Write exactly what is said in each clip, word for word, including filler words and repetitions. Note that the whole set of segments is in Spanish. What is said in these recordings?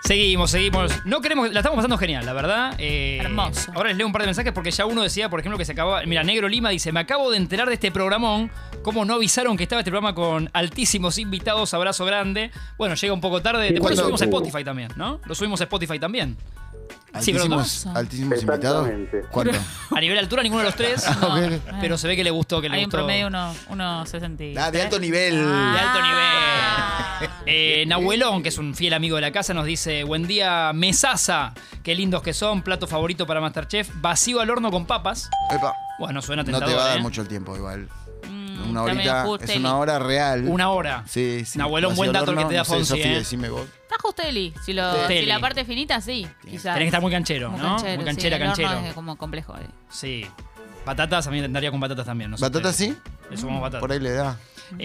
Seguimos, seguimos. No queremos, la estamos pasando genial, la verdad. Eh, Hermoso. Ahora les leo un par de mensajes porque ya uno decía, por ejemplo, que se acababa. Mira, Negro Lima dice: me acabo de enterar de este programón. ¿Cómo no avisaron que estaba este programa con altísimos invitados? Abrazo grande. Bueno, llega un poco tarde. Después lo ¿cuándo? subimos a Spotify también, ¿no? Lo subimos a Spotify también. Sí, pero no. Altísimos, altísimos invitados. Exactamente. ¿Cuánto? A nivel altura, ninguno de los tres. No. No, pero se ve que le gustó, que le Hay un gustó. promedio uno, uno sesenta. Ah, de alto nivel. De alto Ah. nivel. Eh, Nahuelón, que es un fiel amigo de la casa, nos dice: buen día, mesaza. Qué lindos que son. Plato favorito para Masterchef. Vacío al horno con papas. Epa, Bueno, suena no tentador, te va a dar ¿eh? mucho el tiempo igual. Mm, Una también horita, Justeli. es una hora real. Una hora. Sí, sí. Nahuelón, Vacío buen al dato el que horno, te da no sé, Fonsi, Sofi, ¿eh? decime vos. Está Justeli. Si, lo, Justeli. si la parte finita, sí. Quizás. Tenés que estar muy canchero, Como ¿no? canchero, Muy sí, canchera, el horno canchero. es como complejo. eh. Sí. Patatas, a mí me intentaría con patatas también. No sé ¿Batata ustedes. sí? Le sumamos patatas. Por ahí le da.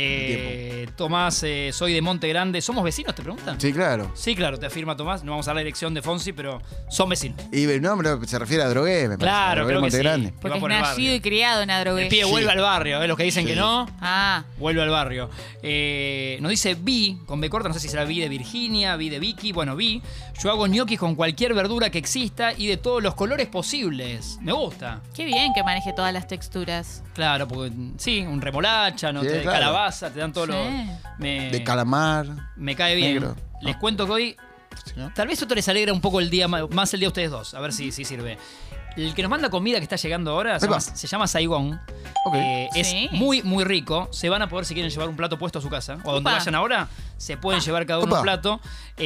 Eh, Tomás, eh, soy de Monte Grande. ¿Somos vecinos, te preguntan? Sí, claro. Sí, claro, te afirma Tomás. No vamos a dar la dirección de Fonsi, pero son vecinos. Y no, pero se refiere a Drogué, me parece. Claro, a Drogué creo que Monte sí. Grande. Que Porque va es por el nacido barrio. y criado en Adrogué. El pibe Sí. vuelve al barrio, ¿eh? Los que dicen Sí. que no, Ah, vuelve al barrio. Eh, nos dice Vi, con B corta, no sé si será Vi de Virginia, Vi de Vicky. Bueno, Vi. Yo hago ñoquis con cualquier verdura que exista y de todos los colores posibles. Me gusta. qué bien que maneje todas las texturas. Claro, porque sí, un remolacha, ¿no? Sí, Te- claro. calabaza, te dan todo Sí. lo. Me, De calamar. me cae bien. negro. Les cuento que hoy. ¿sí, no? Tal vez esto les alegra un poco el día, más el día a ustedes dos. A ver si, si sirve. El que nos manda comida que está llegando ahora se Epa. llama, se llama Saigón. Ok. Eh, Sí. Es muy, muy rico. Se van a poder, si quieren, llevar un plato puesto a su casa. O a donde Opa. vayan ahora, se pueden llevar cada uno Opa. un plato.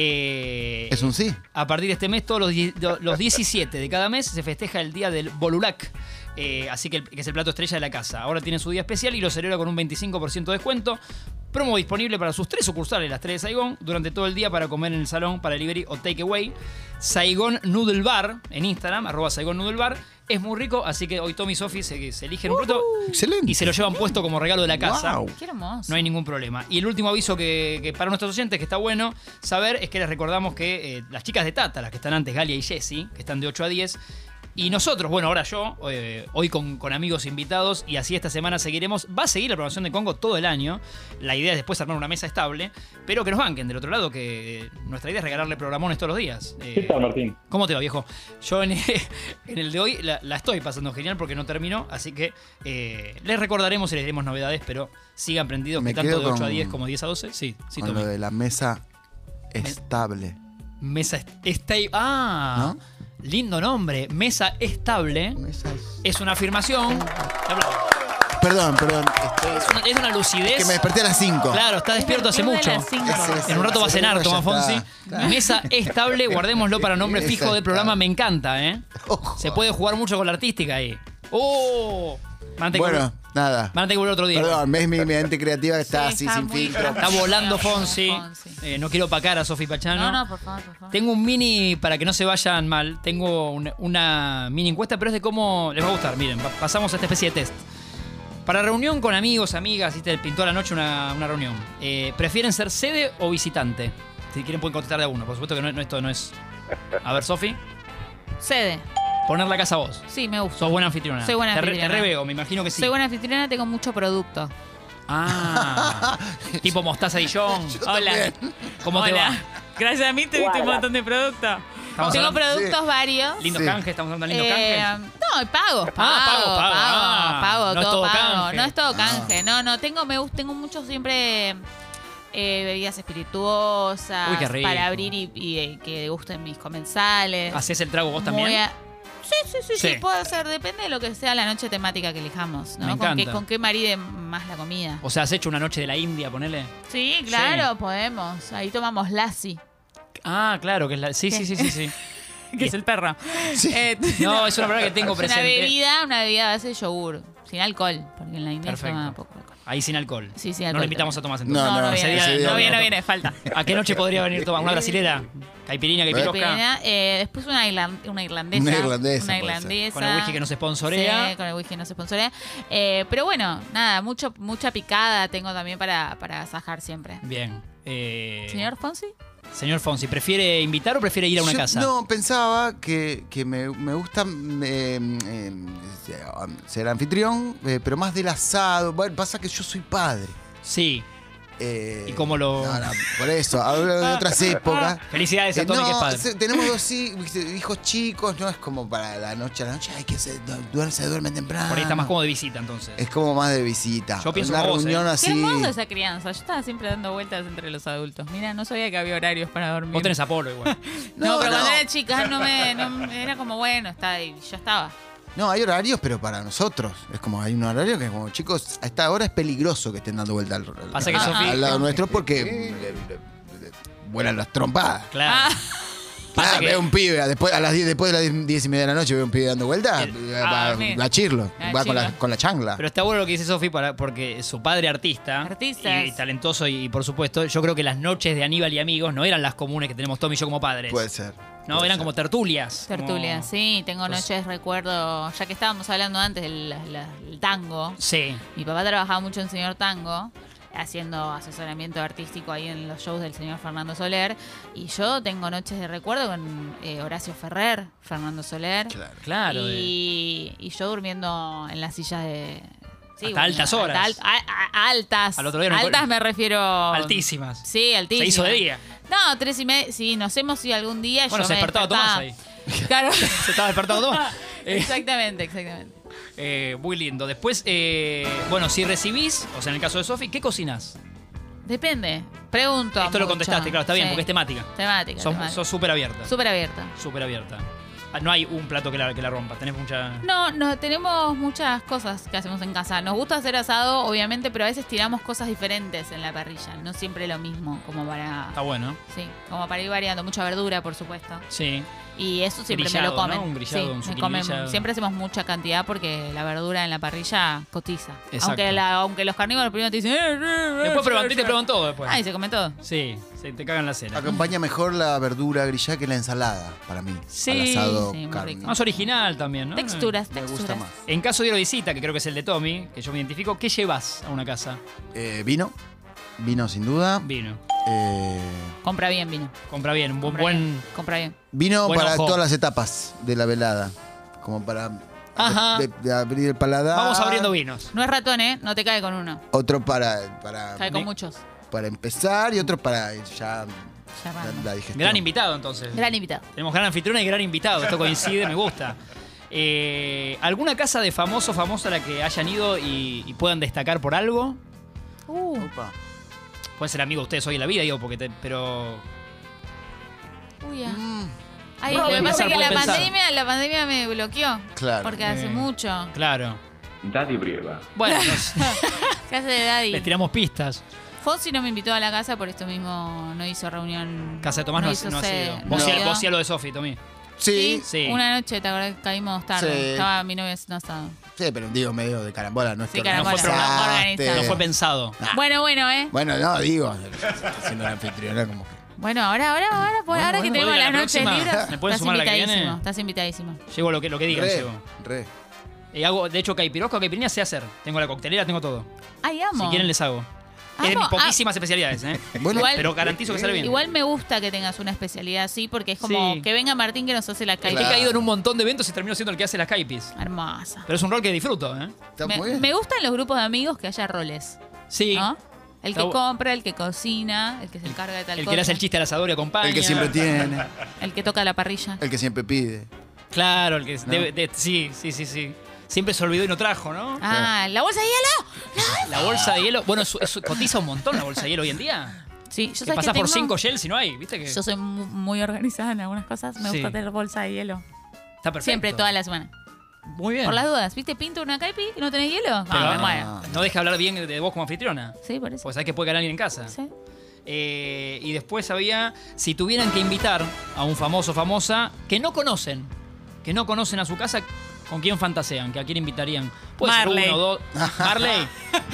Eh, Es un sí. A partir de este mes, todos los, die- los diecisiete de cada mes, se festeja el día del Bolulac. Eh, así que, el- que es el plato estrella de la casa. Ahora tiene su día especial y lo celebra con un veinticinco por ciento de descuento. Promo disponible para sus tres sucursales, las tres de Saigón, durante todo el día para comer en el salón, para delivery o takeaway. Saigón Noodle Bar en Instagram, arroba Saigón Noodle Bar. Es muy rico, así que hoy Tommy y Sofi se, se eligen un plato Excelente. y se lo llevan puesto como regalo de la casa. Guau. Qué hermoso. No hay ningún problema. Y el último aviso que, que para nuestros oyentes, que está bueno saber, es que les recordamos que eh, las chicas de Tata, las que están antes, Galia y Jessie, que están de ocho a diez, y nosotros, bueno, ahora yo, eh, hoy con, con amigos invitados, y así esta semana seguiremos, va a seguir la programación de Congo todo el año. La idea es después armar una mesa estable, pero que nos banquen del otro lado, que eh, nuestra idea es regalarle programones todos los días. Eh, ¿Qué tal, Martín? ¿Cómo te va, viejo? Yo en, en el de hoy la, la estoy pasando genial porque no terminó, así que eh, les recordaremos y les diremos novedades, pero sigan prendidos Me que tanto quedo de ocho a con- diez como diez a doce. Sí, sí, Con Tommy. lo de la mesa estable. Mesa est- está Ah, lindo nombre. Mesa estable. Mesa es- Es una afirmación. Perdón, perdón. estoy- Es una, es una lucidez. Que me desperté a las cinco. Claro, está despierto hace Es de mucho. las cinco. Ese es- En un rato va a cenar, Ya Tomás Fonsi. está. Mesa estable, guardémoslo para nombre Mesa fijo del programa. estable. Me encanta, ¿eh? Ojo. Se puede jugar mucho con la artística ahí. ¡Oh! Van a tener que Bueno, volver- nada. van a tener que volver otro día. Perdón, ves mi mente creativa que está Sí, así está sin muy- filtro. Está volando Fonsi. Fonsi. Eh, no quiero opacar a Sofi Pachano. No, no, por favor, por favor. Tengo un mini, para que no se vayan mal, tengo una, una mini encuesta, pero es de cómo les va a gustar. Miren, pa- pasamos a esta especie de test. Para reunión con amigos, amigas, ¿viste? Pintó a la noche una, una reunión. Eh, ¿Prefieren ser sede o visitante? Si quieren pueden contestar de a uno. Por supuesto que no, no- esto no es... A ver, Sofi, Sede. poner la casa a vos. Sí, me gusta. Sos buena anfitriona. Soy buena Te re- anfitriona. Te reveo, me imagino que sí. Soy buena anfitriona, tengo mucho producto. Ah, tipo mostaza Dijon. Hola. ¿Cómo te va? Gracias a mí te diste un montón de producto. Estamos Tengo hablando- productos Sí. varios. Lindos Sí. canjes, estamos hablando de lindos Eh, canjes. no, pago, pago, Ah, pago, pago, pago. Ah, pago, no es todo todo pago. canje. No es todo Ah. canje. No, no, tengo, me gusta, tengo mucho siempre eh, bebidas espirituosas Uy, qué rico. para abrir y, y, eh, que gusten mis comensales. ¿Hacés el trago vos Muy también? a- Sí, sí, sí, Sí. sí, puedo hacer, depende de lo que sea la noche temática que elijamos, ¿no? Me con, qué, encanta. con qué maride más la comida. O sea, ¿has hecho una noche de la India, ponele? Sí, claro, podemos. Ahí tomamos lassi, Ah, claro, que es la... Sí, sí, sí, sí, sí. que es el perro. Sí. Eh, No, es una palabra que tengo es una presente. bebida, una bebida a base de yogur, sin alcohol, porque en la India se Perfecto. toma poco alcohol. Ahí sin alcohol. Sí, sin No alcohol lo invitamos a también. Tomás entonces. No, No, no, ese viene, día no no. viene, no viene, falta. ¿A qué noche podría venir Tomás? ¿Una brasilera? Caipiriña, caipirosca. Pena, eh, después una, irlan- una irlandesa. Una irlandesa Una puede ser. irlandesa. Con el whisky que no se sponsorea. Sí, con el whisky que no se sponsorea. Eh, pero bueno, nada, mucho, mucha picada tengo también para, para asajar siempre. Bien. Eh, Señor Fonsi. Señor Fonsi, ¿prefiere invitar o prefiere ir a una Yo, casa? No, pensaba que, que me, me gusta eh, eh, ser anfitrión, eh, pero más del asado. Bueno, pasa que yo soy padre. Sí. Eh, ¿Y cómo lo...? No, no, por eso, hablo de otras épocas. Felicidades a Eh, Tommy, no, que es padre. se- tenemos dos hij- hijos chicos, no es como para la noche a la noche, hay que se, duer- se duermen temprano. Por ahí está más como de visita, entonces. Es como más de visita. Yo pienso Una como vos, reunión ¿eh? así. Qué hermosa esa crianza. Yo estaba siempre dando vueltas entre los adultos. Mira, no sabía que había horarios para dormir. Vos tenés Apolo igual. No, No, pero no. cuando era chica no me, no me- era como bueno, está ahí, yo estaba. No, hay horarios, pero para nosotros. Es como, hay un horario que es como, chicos, a esta hora es peligroso que estén dando vuelta al, al- Pasa que al- Sofi- al lado nuestro porque le- le- le- vuelan las trompadas. Claro. Ah, Pasa Ah, que- veo un pibe, después, a las diez, después de las diez, diez y media de la noche veo un pibe dando vuelta, El- va, ah, mira. va a chirlo, Ah, va con la, chirlo. con la changla. Pero está bueno lo que dice Sofi para- porque su padre artista Artista y, es. talentoso y, y por supuesto, yo creo que las noches de Aníbal y amigos no eran las comunes que tenemos Tommy y yo como padres. Puede ser. no, puede eran ser. como tertulias. tertulia, como- sí, tengo Pues- noches, recuerdo, ya que estábamos hablando antes del la- la- el tango. Sí. Mi papá trabajaba mucho en Señor Tango, haciendo asesoramiento artístico ahí en los shows del señor Fernando Soler. Y yo tengo noches de recuerdo con eh, Horacio Ferrer, Fernando Soler. Claro. Claro. de- Y, y yo durmiendo en la silla de... sí, Hasta altas horas. al- a- a- altas. Al otro día no altas encu- me refiero... Altísimas. Sí, altísimas. Se hizo de día. No, tres y media. Sí, nos hemos ido algún día. Bueno, yo se me despertaba Tomás ahí. Claro. Se estaba despertando Tomás. Eh, Exactamente, exactamente. eh, muy lindo. Después, eh, bueno, si recibís, o sea, en el caso de Sofi, ¿qué cocinás? Depende. Pregunto. Esto lo mucho. contestaste, claro, está bien, Sí. porque es temática. Temática. Sos temática. sos súper abierta. Súper abierta. Súper abierta. Ah, No hay un plato que la, que la rompa, tenés mucha... No, no, tenemos muchas cosas que hacemos en casa. Nos gusta hacer asado, obviamente, pero a veces tiramos cosas diferentes en la parrilla. No siempre lo mismo, como para... Está bueno. Sí, como para ir variando. Mucha verdura, por supuesto. Sí. Y eso siempre me Grillado, lo comen. ¿no? Un grillado, Sí, un me zucchini comen. grillado. Siempre hacemos mucha cantidad porque la verdura en la parrilla cotiza. Exacto. Aunque, la, aunque los carnívoros primero te dicen... "Eh, eh, eh, Después eh, prueban, te eh". prueban todo después. Ay, se come todo. Sí, se te cagan la cena. Acompaña mejor la verdura grillada que la ensalada, para mí. Sí, Al asado, sí, muy carne. rico. Más original también, ¿no? Texturas, Me texturas. gusta más. En caso de ir de visita, que creo que es el de Tommy, que yo me identifico, ¿qué llevas a una casa? Eh, vino, vino sin duda. Vino. Eh, Compra bien vino. Compra bien, un buen... Compra buen... bien. Compra bien. vino Buen para ojo. todas las etapas de la velada. Como para Ajá. de- de abrir el paladar. Vamos abriendo vinos. No es ratón, ¿eh? No te cae con uno. Otro para, para, Cae con Ne- muchos. para empezar y otro para ya Ya la, random. la digestión. Gran invitado, entonces. Gran invitado. Tenemos gran anfitriona y gran invitado. Esto coincide, me gusta. Eh, ¿Alguna casa de famoso famosa a la que hayan ido y, y puedan destacar por algo? Uh, Opa. Pueden ser amigos ustedes hoy en la vida, digo, porque te- pero... uy, ya. Mm, Ay, No, lo que pueden pasa pensar, es que la pueden pensar. pandemia, la pandemia me bloqueó. claro. Porque hace Eh. mucho. Claro. Daddy Brieva. Bueno, nos- ¿Qué hace de daddy? les tiramos pistas. Fonsi no me invitó a la casa, por esto mismo no hizo reunión. Casa de Tomás no, hizo no ha sede. sido. No Vos sí dio. vos sí a lo de Sofi, Tommy. Sí, Sí. Una noche, te acordás que caímos tarde. Sí. Estaba mi novia haciendo asado. sí, pero digo medio de carambola. No es Sí, que carambola, organizaste. no organizado. No fue pensado. Bueno, bueno, ¿eh? Bueno, no, digo, siendo la anfitriona como que... Bueno, ahora, ahora, ahora, por Bueno, ahora que bueno. tenemos ¿Puedo ir a las la noches próxima? libres. ¿Me pueden Estás sumar a la que viene? invitadísimo, estás invitadísimo. Llevo lo que, lo que digan, Re, llevo. re. Eh, hago, de hecho, caipirosca, caipirinha sé hacer. Tengo la coctelera, tengo todo. Ay, amo. Si quieren les hago. Es de Amo, mis poquísimas especialidades, ¿eh? Bueno, Igual- Pero garantizo que sale bien. Igual me gusta que tengas una especialidad así, porque es como Sí. que venga Martín que nos hace la He calle. Claro. caído en un montón de eventos y termino siendo el que hace las caipis. Hermosa. Pero es un rol que disfruto, ¿eh? está Me, muy bien. me gustan los grupos de amigos que haya roles, Sí. ¿no? El que Está bu- compra, el que cocina, el que se encarga de tal El cosa. que le hace el chiste al asador y acompaña. El que siempre tiene, El que toca la parrilla. el que siempre pide. Claro, el que... ¿No? debe- de- sí, sí, sí, sí. Siempre se olvidó y no trajo, ¿no? Ah, ¿la bolsa de hielo? La bolsa de hielo... Bueno, eso, eso cotiza un montón la bolsa de hielo hoy en día. Sí, yo Que sabes pasás que por tengo- cinco gels y no hay, ¿viste? Que Yo soy mu- muy organizada en algunas cosas. Me Sí. gusta tener bolsa de hielo. está perfecto. Siempre, toda la semana. Muy bien. Por las dudas. ¿Viste? ¿Pinto una caipi y no tenés hielo? Pero Ah, me no, muero. no deja hablar bien de vos como anfitriona. Sí, por eso. Pues sabés que puede caer alguien en casa. Sí. Eh, y después había, si tuvieran que invitar a un famoso o famosa que no conocen, que no conocen a su casa, ¿con quién fantasean? ¿Que a quién invitarían? Puede Marley. ser uno, dos. Marley.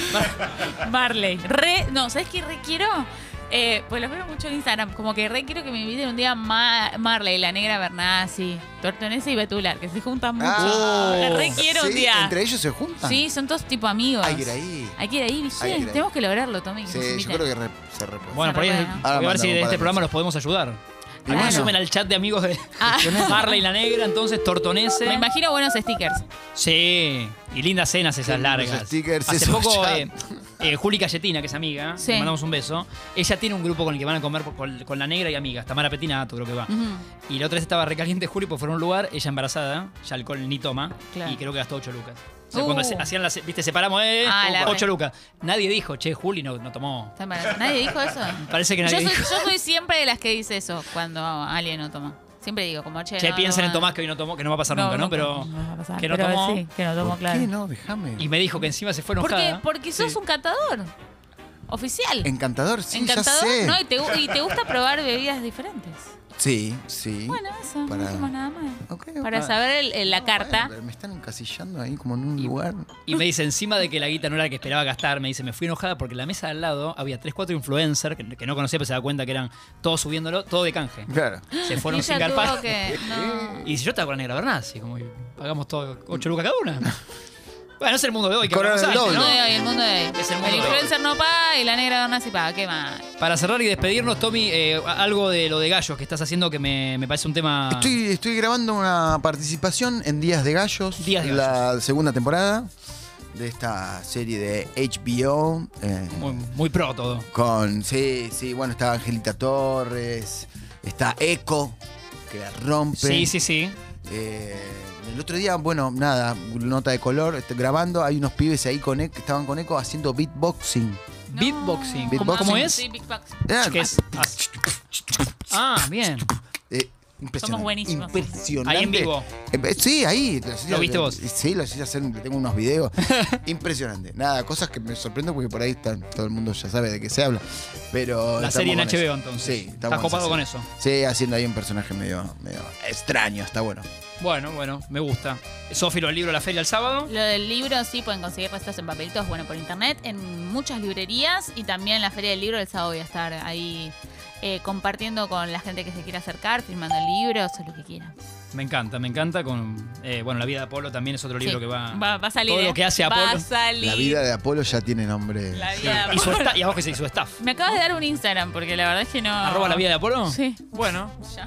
Marley. Re, no, ¿sabes qué re quiero? Eh, pues los veo mucho en Instagram. Como que re quiero que me inviten un día Ma- Marley, la negra Bernasi, Tortonese y Betular, que se juntan mucho. Ah, re quiero un sí, día. ¿Entre ellos se juntan? Sí, son todos tipo amigos. Hay que ir ahí. Hay que ir ahí, ¿viste? Hay que ir ahí. Tenemos que lograrlo, Tommy. que nos Sí, yo inviten. creo que re- se repuede. Bueno, Se por ahí repuede, ¿no? voy a ver Ahora si de mandamos este para programa la los podemos ayudar. Y Me bueno. sumen al chat de amigos de Ah. Marley la Negra, entonces Tortonese. Me imagino buenos stickers. Sí, y lindas cenas esas Sí, largas. los stickers, Hace esos poco ya. eh, Eh, Juli Cayetina, que es amiga, Sí. le mandamos un beso. Ella tiene un grupo con el que van a comer con, con la negra y amigas. Tamara Petinato, creo que va. Ujú. Y la otra vez estaba recaliente Juli, pues fueron a un lugar, ella embarazada, ya alcohol ni toma, Claro. y creo que gastó ocho lucas. O sea, Uh. cuando se- hacían las, viste, separamos, eh, Ah, la ocho re. lucas. Nadie dijo, che, Juli no, no tomó. Está embarazada. ¿Nadie dijo eso? Parece que Yo nadie soy, dijo. yo soy siempre de las que dice eso cuando alguien no toma. Siempre digo, como, che, Che, no, piensen no, en Tomás que hoy no tomó, que no va a pasar no, nunca, ¿no? nunca, Pero no va a pasar. que no Pero tomó. sí, que no tomó, ¿Por claro. qué no? Déjame. Y me dijo que encima se fue Porque, enojada. porque sos Sí. un catador. Oficial. Encantador, sí, Encantador. ya sé. ¿No? Y, te, gu- y te gusta probar bebidas diferentes. Sí, sí. Bueno, eso, Para- no hacemos nada más. Ok, Para ok. saber el- el- la No, carta. bueno, pero me están encasillando ahí como en un lugar. Y me dice, encima de que la guita no era la que esperaba gastar, me dice, me fui enojada porque en la mesa de al lado había tres, cuatro influencers que, que no conocía, pero se da cuenta que eran todos subiéndolo, todo de canje. Claro. Se Y fueron sin ella tuvo garpar. que. No. Y si yo estaba con la negra Bernasi, como y pagamos todo ocho lucas cada una. Bueno, es el mundo de hoy que Cobran hablamos el antes, El ¿no? mundo de hoy, el mundo de hoy. Es el mundo el de hoy. influencer no paga y la negra no sí paga. ¿Qué más? Para cerrar y despedirnos, Tommy, eh, algo de lo de gallos que estás haciendo que me, me parece un tema... Estoy, estoy grabando una participación en Días de Gallos. Días de La segunda temporada de esta serie de H B O. eh, Muy, muy pro todo. con, sí, sí, bueno, está Angelita Torres, está Eco, que la rompe. Sí, sí, sí. Eh, el otro día, bueno, nada, nota de color, este, grabando, hay unos pibes ahí con Eco, que estaban con Eco haciendo beatboxing. Beatboxing. Beatboxing. ¿Cómo, cómo es? Sí, Big Box. Era- ¿Qué es? Ah, ah, bien. eh, impresionante. Somos buenísimos. Impresionante. Ahí en vivo. Eh, Sí, ahí. ¿Lo viste vos? Sí, lo hice hacer, tengo unos videos. Impresionante. Nada, cosas que me sorprenden porque por ahí están, todo el mundo ya sabe de qué se habla. Pero La estamos serie en con H B O eso. entonces. Sí, Estás copado con eso. Sí, haciendo ahí un personaje medio, medio extraño, está bueno. Bueno, bueno, me gusta. Sofi, los libros La Feria el sábado. Lo del libro sí pueden conseguir restos en papelitos, bueno, por internet, en muchas librerías y también en la Feria del Libro el sábado voy a estar ahí eh, compartiendo con la gente que se quiera acercar, firmando libros o lo que quieran. Me encanta, me encanta. Con eh, bueno, La vida de Apolo también es otro libro Sí, que va. va, va a salir. Todo eh. lo que hace Va Apolo. a salir. La vida de Apolo ya tiene nombre. La Sí. vida de Y, su Apolo. esta- y abajo que se hizo staff. Me acabas de dar un Instagram porque la verdad es que no. ¿Arroba La vida de Apolo? Sí. Bueno, Ya.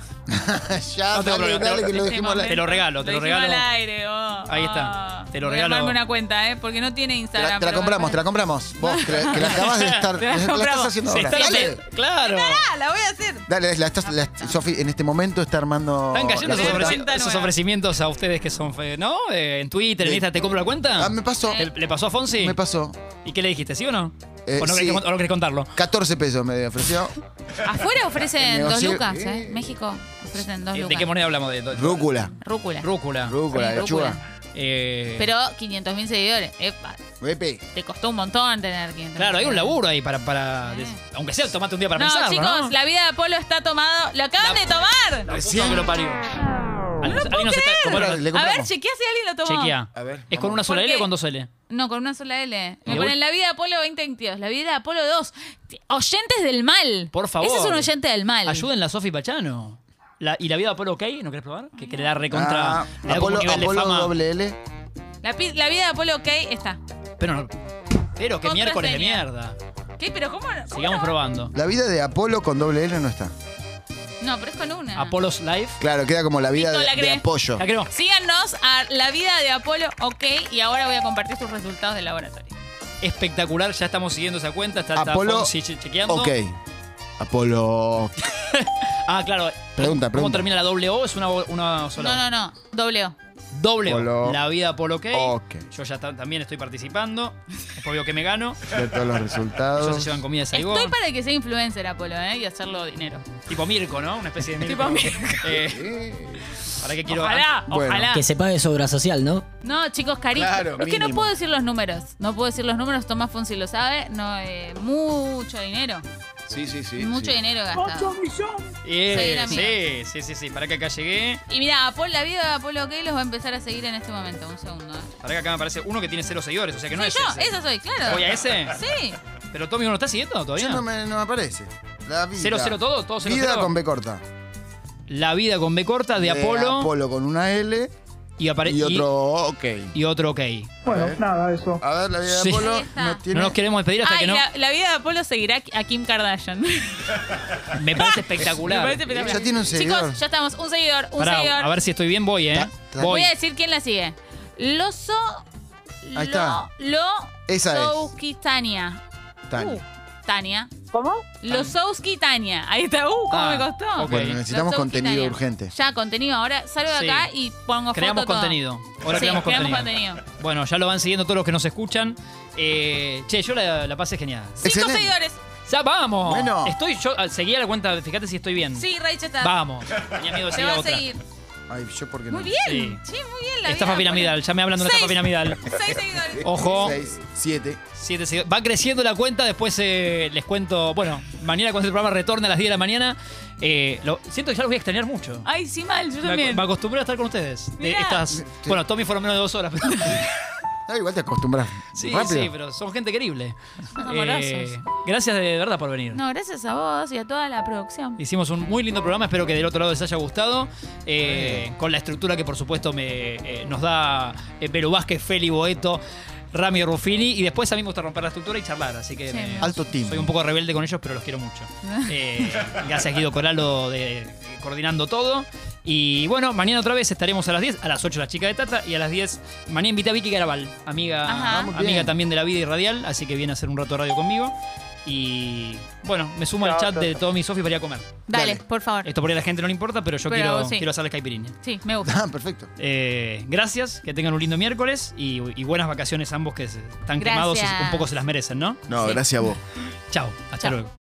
ya, No tengo dale, problema, dale, te que lo- lo Este dejemos al aire. Te lo regalo, te lo dijimos regalo. al aire, oh, Ahí está, oh. te lo Voy a regalo. armarme una cuenta, ¿eh? Porque no tiene Te Instagram. la, te la pero compramos, me- te la compramos. Vos, que, que la acabas de estar. Te la la, estás compramos. haciendo Se ahora. está- Dale. Claro. Ah, la voy a hacer. Dale, la estás, la- Sofi en este momento está armando. Están cayendo la esos, cuenta. ofreci- cuenta esos nueva. ofrecimientos a ustedes que son, fe- ¿no? Eh, en Twitter, en Sí. Instagram, ¿te compro la cuenta? Ah, me pasó. ¿Le, le pasó a Fonsi? Me pasó. ¿Y qué le dijiste, sí o no? Eh, ¿O no, sí. querés, o no querés contarlo? catorce pesos me ofreció. Afuera ofrecen dos Negocié- lucas, ¿eh? Eh. México ofrecen dos ¿De lucas. qué moneda hablamos? De, de- Rúcula. Rúcula. Rúcula. Rúcula, Sí, lechuga. rúcula. Eh, Pero quinientos mil seguidores. Epa, Epe. te costó un montón tener quinientos mil claro, hay un seguidores. laburo ahí para... para Sí. des- aunque sea, tomate un día para No, pensarlo, chicos, ¿no? la vida de Apolo está tomado. ¡Lo acaban La- de tomar! La puta que lo parió. Alguien- alguien nos está- como- Le A ver, compramos. chequea si alguien lo tomó. Chequea. A ver, ¿Es con vamos. una sola ¿Por L qué? o con dos L? No, con una sola L. Me Y ponen vos- la vida de Apolo veinte veintidós, la vida de Apolo dos. Oyentes del mal. Por favor. Ese es un oyente del mal. Ayúdenla a Sofi Pachano. La- ¿Y la vida de Apolo OK? ¿No querés probar? Que, que le da recontra... Ah, le da como Apolo, un nivel de Apolo fama. doble L. La, pi- la vida de Apolo ok está. Pero no... Pero qué miércoles de Contraseña. mierda. ¿Qué? ¿Pero cómo? no- cómo Sigamos no? probando. La vida de Apolo con doble L no está. No, pero es con una. Apollo's Life. Claro, queda como la vida Listo, de, la de creé. apoyo. La creo. Síganos a la vida de Apolo ok y ahora voy a compartir sus resultados del laboratorio. Espectacular, ya estamos siguiendo esa cuenta. Está, está Apolo. Fonsi che- chequeando. Ok. Apolo. Ah, claro. Pregunta, ¿Cómo pregunta. termina la doble O? ¿Es una, una sola No, no, no. Doble O. Doble O. Apolo. La vida Apolo OK. Ok. Yo ya ta- también estoy participando. Después veo que me gano. Ver todos los Ellos se resultados. llevan comida de Saigón. Estoy para que sea influencer Apolo, ¿eh? Y hacerlo dinero. Tipo Mirko, ¿no? Una especie de Mirko. Tipo Mirko. Eh, ¿Para qué quiero? Ojalá, Bueno. ojalá. Que se pague su obra social, ¿no? No, chicos, cariño. Claro, es que no mínimo. puedo decir los números. No puedo decir los números. Tomás Fonsi lo sabe. No, eh, mucho dinero. Sí, sí, sí. mucho sí. dinero gastado. Eh, Seguir a mí. sí, sí, sí, sí. Para que acá llegué. Y mira, Apolo, la vida de Apolo OK los va a empezar a seguir en este momento. Un segundo. ¿eh? Para que acá me aparece uno que tiene cero seguidores. O sea que no Soy es yo, ese. esa soy, claro. ¿Voy a ese? Sí. Pero Tommy no lo está siguiendo todavía. Yo no me, no me aparece. La vida. ¿Cero, cero todo? ¿Todo cero, Vida cero? con B corta. La vida con B corta de, Apolo. Apolo con una L Y, apare- y otro OK. y, y otro OK. Bueno, nada, eso. A ver, la vida Sí. de Apolo Ahí está. no tiene. No nos queremos despedir hasta Ah, que y no. la, la vida de Apolo seguirá a Kim Kardashian. Me parece espectacular. Me parece espectacular. Ya tiene un seguidor. Chicos, ya estamos. Un seguidor, un Pará, seguidor. a ver si estoy bien, voy, ¿eh? Ta- ta- Voy. Voy a decir quién la sigue. Loso. Ahí lo, está. Lo. Esa es. Souski Tania. Tania. Uh, Tania. ¿Cómo? Losowski Tania. Ahí está. Uh, ¿cómo Ah, me costó? ok. Bueno, necesitamos Losowski contenido Tania. urgente. Ya, contenido. Ahora salgo de Sí. acá y pongo Creamos foto todo. contenido. Ahora Sí, creamos, creamos contenido. contenido. Bueno, ya lo van siguiendo todos los que nos escuchan. Eh, che, yo la, la pasé genial. Cinco Excelente. seguidores. ¡Ya vamos! Bueno. Estoy yo, ah, seguía la cuenta, fíjate si estoy bien. Sí, Rachel está. Vamos. Tenía miedo de Se seguir va a a otra. seguir. Ay, yo porque Muy no. bien. Sí. Sí, muy bien la Estafa vida, piramidal, ya me hablan de una Seis. estafa piramidal. pone- Seis seguidores. Ojo. seis, siete. Siete seguidores. Va creciendo la cuenta, después eh, les cuento. Bueno, mañana cuando el programa retorne a las diez de la mañana. eh, lo- siento que ya los voy a extrañar mucho. Ay, sí, mal. Yo Me, también. me acostumbré a estar con ustedes. De Mirá. estas, Sí. bueno, Tommy fueron menos de dos horas. pero- Ah, igual te acostumbras. sí, rápido. sí, pero son gente querible. Son amorosos. Gracias de verdad por venir. No, gracias a vos y a toda la producción. Hicimos un muy lindo programa, espero que del otro lado les haya gustado. eh, con la estructura que por supuesto me, eh, nos da eh, Perú Vázquez, Feli Boeto, Rami Ruffini. Y después a mí me gusta romper la estructura y charlar, así que Sí, me- me Alto team. soy un poco rebelde con ellos, pero los quiero mucho. Eh, gracias Guido Coralo de, coordinando todo. Y bueno, mañana otra vez estaremos a las diez, a las ocho la chica de Tata, y a las diez mañana invité a Vicky Garabal, amiga, Ajá. Ah, muy amiga bien. también de la vida y radial, así que viene a hacer un rato de radio conmigo. Y bueno, me sumo al Chao, chat de Tata. Tommy y Sofi para ir a comer. Dale, Dale. por favor. Esto por ahí a la gente no le importa, pero yo Pero quiero, sí. quiero hacerle caipirinha. Sí, me gusta. Ah, perfecto. Eh, gracias, que tengan un lindo miércoles y, y buenas vacaciones ambos que se- están Gracias. quemados y un poco se las merecen, ¿no? No, Sí. gracias a vos. Chao, hasta Chao. luego.